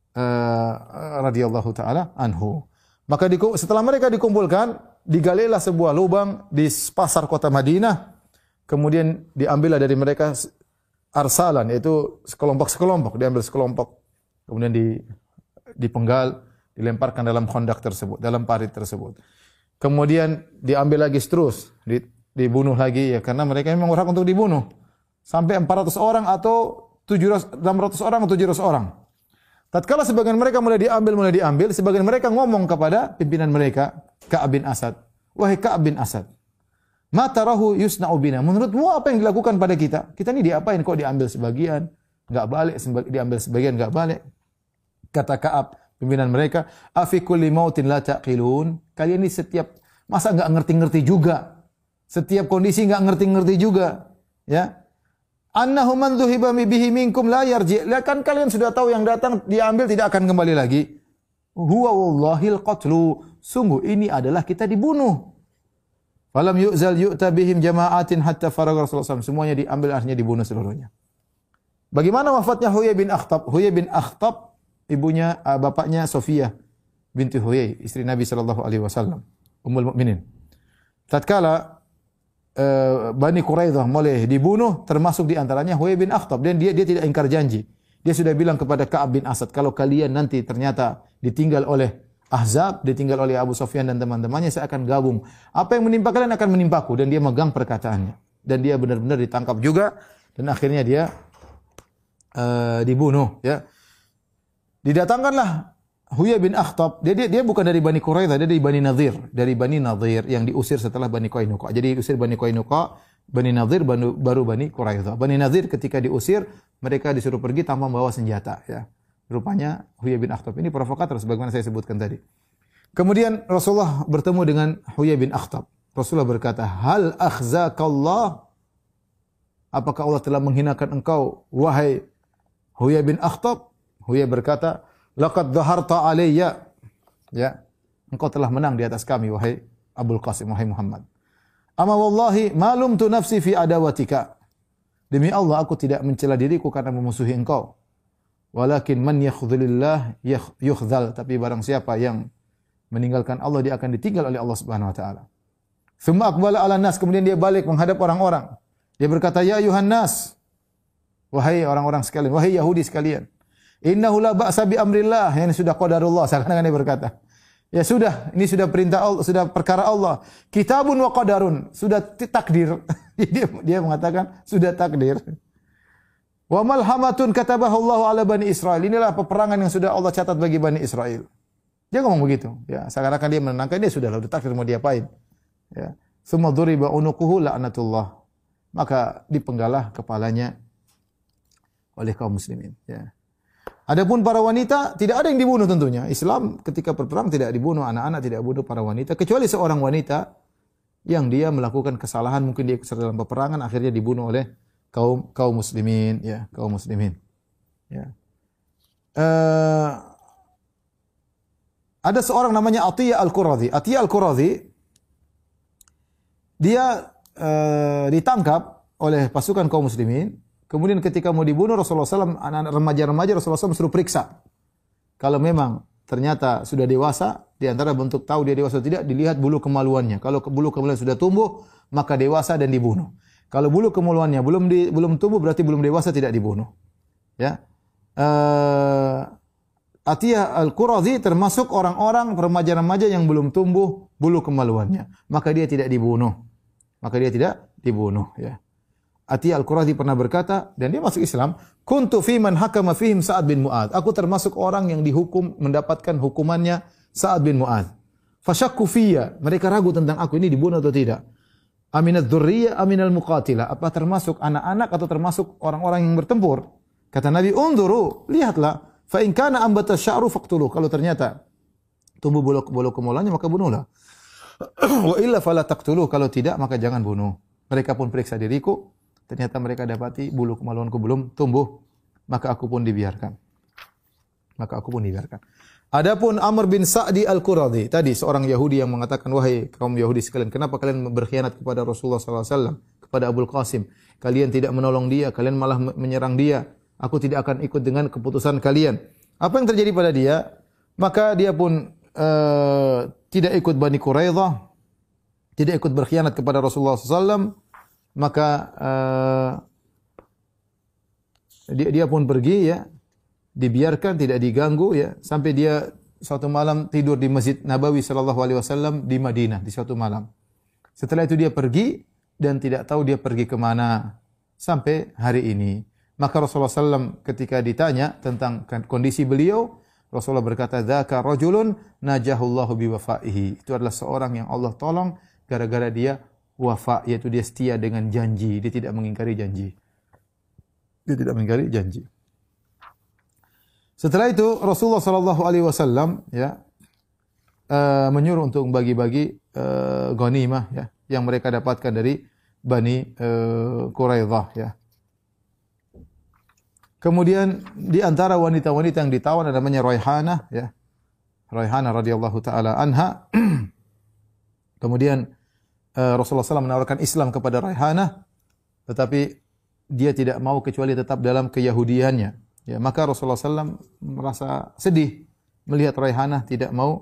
radhiyallahu taala anhu. Maka setelah mereka dikumpulkan, digalilah sebuah lubang di pasar kota Madinah. Kemudian diambillah dari mereka arsalan, yaitu sekelompok-sekelompok, diambil sekelompok. Kemudian dipenggal, dilemparkan dalam khandak tersebut, dalam parit tersebut. Kemudian diambil lagi terus, dibunuh lagi ya, karena mereka memang berhak untuk dibunuh. Sampai 400 orang atau 600 orang atau 700 orang. Tatkala sebagian mereka mulai diambil, sebagian mereka ngomong kepada pimpinan mereka, Ka'ab bin Asad. Wahai Ka'ab bin Asad, ma tarahu yusna'u bina? Menurutmu apa yang dilakukan pada kita? Kita ini diapain kok diambil sebagian, enggak balik, diambil sebagian enggak balik. Kata Ka'ab, pimpinan mereka, afi kulli mautin la taqilun? Kalian ini masa enggak ngerti-ngerti juga? Setiap kondisi enggak ngerti-ngerti juga, ya? Annahu man dhuhiba bihi minkum la yarji'. Kan kalian sudah tahu yang datang diambil tidak akan kembali lagi. Huwa wallahil qatlu. Sungguh ini adalah kita dibunuh. Falam yu'zal yu'ta bihim jama'atin hatta faragha Rasulullah SAW. Semuanya diambil, akhirnya dibunuh seluruhnya. Bagaimana wafatnya Huyai bin Akhtab? Huyai bin Akhtab, bapaknya Sofiyah binti Huyai, istri Nabi SAW, Ummul Mukminin. Tatkala Bani Quraidah mulai dibunuh, termasuk di antaranya Huyai bin Akhtab, dan dia tidak ingkar janji. Dia sudah bilang kepada Ka'ab bin Asad, kalau kalian nanti ternyata ditinggal oleh Ahzab, ditinggal oleh Abu Sufyan dan teman-temannya, saya akan gabung. Apa yang menimpa kalian akan menimpaku. Dan dia megang perkataannya. Dan dia benar-benar ditangkap juga, dan akhirnya dia dibunuh. Ya. Didatangkanlah Huyai bin Akhtab. Dia bukan dari Bani Quraidah, dia dari Bani Nadhir. Dari Bani Nadhir yang diusir setelah Bani Qainuqa. Jadi diusir Bani Qainuqa, Bani Nadhir, baru Bani Quraidah. Bani Nadhir ketika diusir, mereka disuruh pergi tanpa membawa senjata. Ya. Rupanya Huyai bin Akhtab ini provokator sebagaimana saya sebutkan tadi. Kemudian Rasulullah bertemu dengan Huyai bin Akhtab. Rasulullah berkata, "Hal akhzakallah?" Apakah Allah telah menghinakan engkau, wahai Huyai bin Akhtab? Huyai berkata, "Laqad dhaharta alayya." Ya, engkau telah menang di atas kami, wahai Abul Qasim, wahai Muhammad. "Ama wallahi ma lumtu nafsi fi adawatika." Demi Allah, aku tidak mencela diriku karena memusuhi engkau. Walakin man yakhdhulillah yukhdhal. Tapi barang siapa yang meninggalkan Allah, dia akan ditinggal oleh Allah Subhanahu wa taala. Tsumma aqbala 'ala nas, kemudian dia balik menghadap orang-orang. Dia berkata, "Ya ayuhan nas." Wahai orang-orang sekalian, wahai Yahudi sekalian. "Innahu la ba'sa bi amrillah." Yang sudah qadarullah, seakan-akan dia berkata. Ya sudah, ini sudah perintah Allah, sudah perkara Allah. Kitabun wa qadarun, sudah takdir. Dia mengatakan sudah takdir. Wa malhamatun katabahu Allah ala Bani Israel. Inilah peperangan yang sudah Allah catat bagi Bani Israel. Dia ngomong begitu. Ya, seakan-akan dia menenangkan, dia sudah takdir, mau diapain. Ya. Tsumma duriba unuquhu la'natullah. Maka dipenggalah kepalanya oleh kaum muslimin, ya. Adapun para wanita tidak ada yang dibunuh tentunya. Islam ketika berperang tidak dibunuh anak-anak, tidak bunuh para wanita kecuali seorang wanita yang dia melakukan kesalahan, mungkin dia ikut serta dalam peperangan akhirnya dibunuh oleh kaum muslimin, ya, kaum muslimin. Ya. Ada seorang namanya Atiyah Al-Quradhi. Atiyah Al-Quradhi dia ditangkap oleh pasukan kaum muslimin. Kemudian ketika mau dibunuh Rasulullah SAW, anak-anak remaja-remaja Rasulullah SAW suruh periksa. Kalau memang ternyata sudah dewasa, di antara bentuk tahu dia dewasa atau tidak, dilihat bulu kemaluannya. Kalau bulu kemaluan sudah tumbuh, maka dewasa dan dibunuh. Kalau bulu kemaluannya belum tumbuh, berarti belum dewasa, tidak dibunuh. Ya. Atiyah Al-Quradhi termasuk orang-orang remaja-remaja yang belum tumbuh bulu kemaluannya. Maka dia tidak dibunuh. Ya. Atiyah Al-Quradhi pernah berkata, dan dia masuk Islam, kuntu fi man hakama fihim Sa'ad bin Mu'adz. Aku termasuk orang yang dihukum, mendapatkan hukumannya Sa'ad bin Mu'adz. Fasyakku fiyya, mereka ragu tentang aku ini dibunuh atau tidak. Aminadz dzurriyyah aminal muqatilah, apa termasuk anak-anak atau termasuk orang-orang yang bertempur? Kata Nabi, unzuru, lihatlah, fa in kana ambata sya'ru faqtuluh. Kalau ternyata tumbuh bulu kemaluannya maka bunuhlah. Wa illa fala taqtuluh, kalau tidak maka jangan bunuh. Mereka pun periksa diriku, ternyata mereka dapati bulu kemaluanku belum tumbuh, maka aku pun dibiarkan. Adapun Amr bin Sa'di Al-Quradhi, tadi seorang Yahudi yang mengatakan, wahai kaum Yahudi sekalian, kenapa kalian berkhianat kepada Rasulullah SAW, kepada Abul Qasim? Kalian tidak menolong dia, kalian malah menyerang dia. Aku tidak akan ikut dengan keputusan kalian. Apa yang terjadi pada dia? Maka dia pun tidak ikut Bani Quraidah, tidak ikut berkhianat kepada Rasulullah SAW. Maka dia pun pergi, ya, dibiarkan, tidak diganggu, ya, sampai dia suatu malam tidur di Masjid Nabawi sallallahu alaihi wasallam di Madinah di suatu malam. Setelah itu dia pergi dan tidak tahu dia pergi ke mana sampai hari ini. Maka Rasulullah SAW ketika ditanya tentang kondisi beliau, Rasulullah berkata, "Dzaka rajulun najahullahu biwafaihi." Itu adalah seorang yang Allah tolong gara-gara dia wafa, yaitu dia setia dengan janji, dia tidak mengingkari janji. Setelah itu Rasulullah sallallahu alaihi wasallam, ya, menyuruh untuk bagi-bagi ghanimah, ya, yang mereka dapatkan dari Bani Quraidah, ya. Kemudian di antara wanita-wanita yang ditawan ada namanya Raihanah, ya. Raihanah radhiyallahu taala anha. Kemudian Rasulullah SAW menawarkan Islam kepada Raihanah, tetapi dia tidak mau kecuali tetap dalam keyahudiannya. Ya, maka Rasulullah SAW merasa sedih melihat Raihanah tidak mau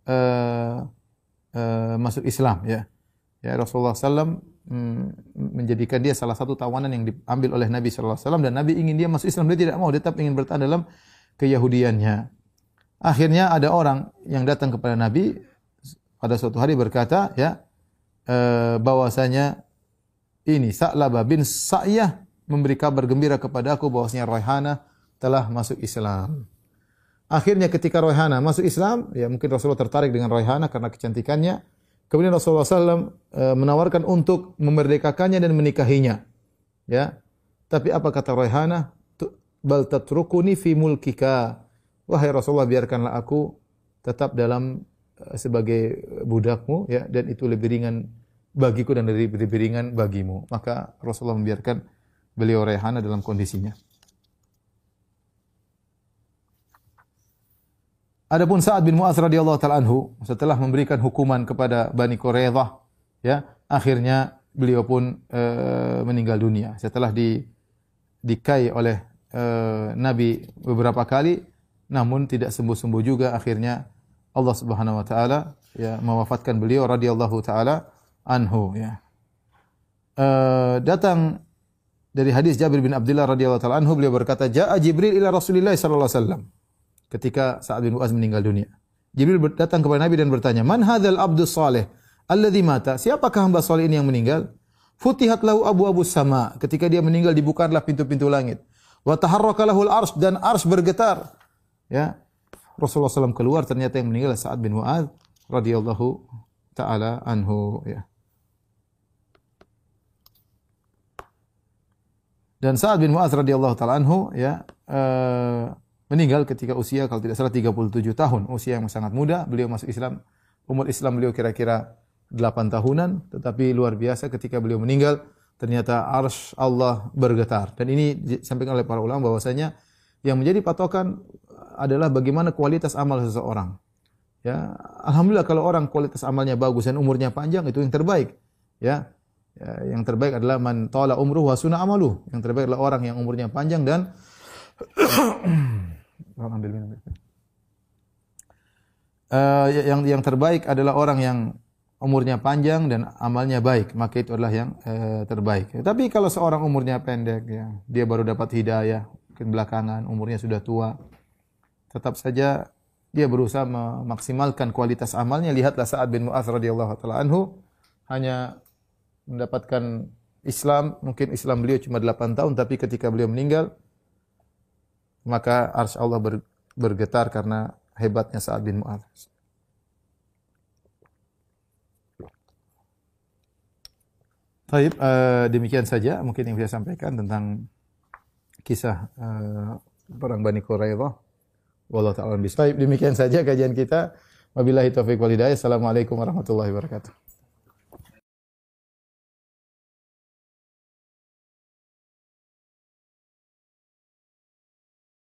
masuk Islam. Ya, ya, Rasulullah SAW menjadikan dia salah satu tawanan yang diambil oleh Nabi SAW, dan Nabi ingin dia masuk Islam, dia tidak mau, dia tetap ingin bertahan dalam keyahudiannya. Akhirnya ada orang yang datang kepada Nabi pada suatu hari berkata, ya, bahwasanya ini Sa'labah bin Sa'yah memberi kabar gembira kepada aku bahwasanya Raihanah telah masuk Islam. Akhirnya ketika Raihanah masuk Islam, ya, mungkin Rasulullah tertarik dengan Raihanah karena kecantikannya. Kemudian Rasulullah SAW menawarkan untuk memerdekakannya dan menikahinya. Ya, tapi apa kata Raihanah? Bal tatrukuni fi mulkika. Wahai Rasulullah, biarkanlah aku tetap dalam sebagai budakmu, ya, dan itu lebih ringan bagiku dan lebih ringan bagimu. Maka Rasulullah membiarkan beliau Raihanah dalam kondisinya. Adapun Sa'ad bin Mu'adz radhiyallahu ta'ala anhu, setelah memberikan hukuman kepada Bani Quraidah, ya, akhirnya beliau pun meninggal dunia. Setelah dikai oleh Nabi beberapa kali, namun tidak sembuh-sembuh juga, akhirnya Allah Subhanahu wa taala, ya, mewafatkan beliau radhiyallahu taala anhu, ya. Datang dari hadis Jabir bin Abdullah radhiyallahu taala anhu, beliau berkata, "Ja'a Jibril ila Rasulillah sallallahu alaihi wasallam." Ketika Sa'ad bin Mu'adz meninggal dunia, Jibril datang kepada Nabi dan bertanya, "Man hadzal abdus salih alladzi mata?" Siapakah hamba saleh ini yang meninggal? Futihat lahu abwabus sama. Ketika dia meninggal dibukalah pintu-pintu langit. Wa taharraka lahul arsy, dan arsy bergetar. Ya. Rasulullah SAW keluar, ternyata yang meninggal Sa'ad bin Mu'adz radhiyallahu taala anhu, ya. Dan Sa'ad bin Mu'adz radhiyallahu taala anhu ya meninggal ketika usia kalau tidak salah 37 tahun, usia yang sangat muda. Beliau masuk Islam, umur Islam beliau kira-kira 8 tahunan, tetapi luar biasa ketika beliau meninggal ternyata arsy Allah bergetar. Dan ini disampaikan oleh para ulama bahwasanya yang menjadi patokan adalah bagaimana kualitas amal seseorang. Ya, alhamdulillah kalau orang kualitas amalnya bagus dan umurnya panjang itu yang terbaik. Ya. Ya, yang terbaik adalah man tala umruhu wa suna amaluh. Yang terbaik adalah orang yang umurnya panjang dan yang terbaik adalah orang yang umurnya panjang dan amalnya baik, maka itu adalah yang terbaik. Tapi kalau seorang umurnya pendek, ya, dia baru dapat hidayah, mungkin belakangan umurnya sudah tua, tetap saja dia berusaha memaksimalkan kualitas amalnya. Lihatlah Sa'ad bin Mu'adz radhiyallahu taala anhu hanya mendapatkan Islam, mungkin Islam beliau cuma 8 tahun, tapi ketika beliau meninggal maka arsy Allah bergetar karena hebatnya Sa'ad bin Mu'adz. Baik, demikian saja mungkin yang saya sampaikan tentang kisah perang Bani Quraidah. Wallahu ta'ala bisawab. Demikian saja kajian kita. Wabillahi taufiq wal hidayah. Assalamualaikum warahmatullahi wabarakatuh.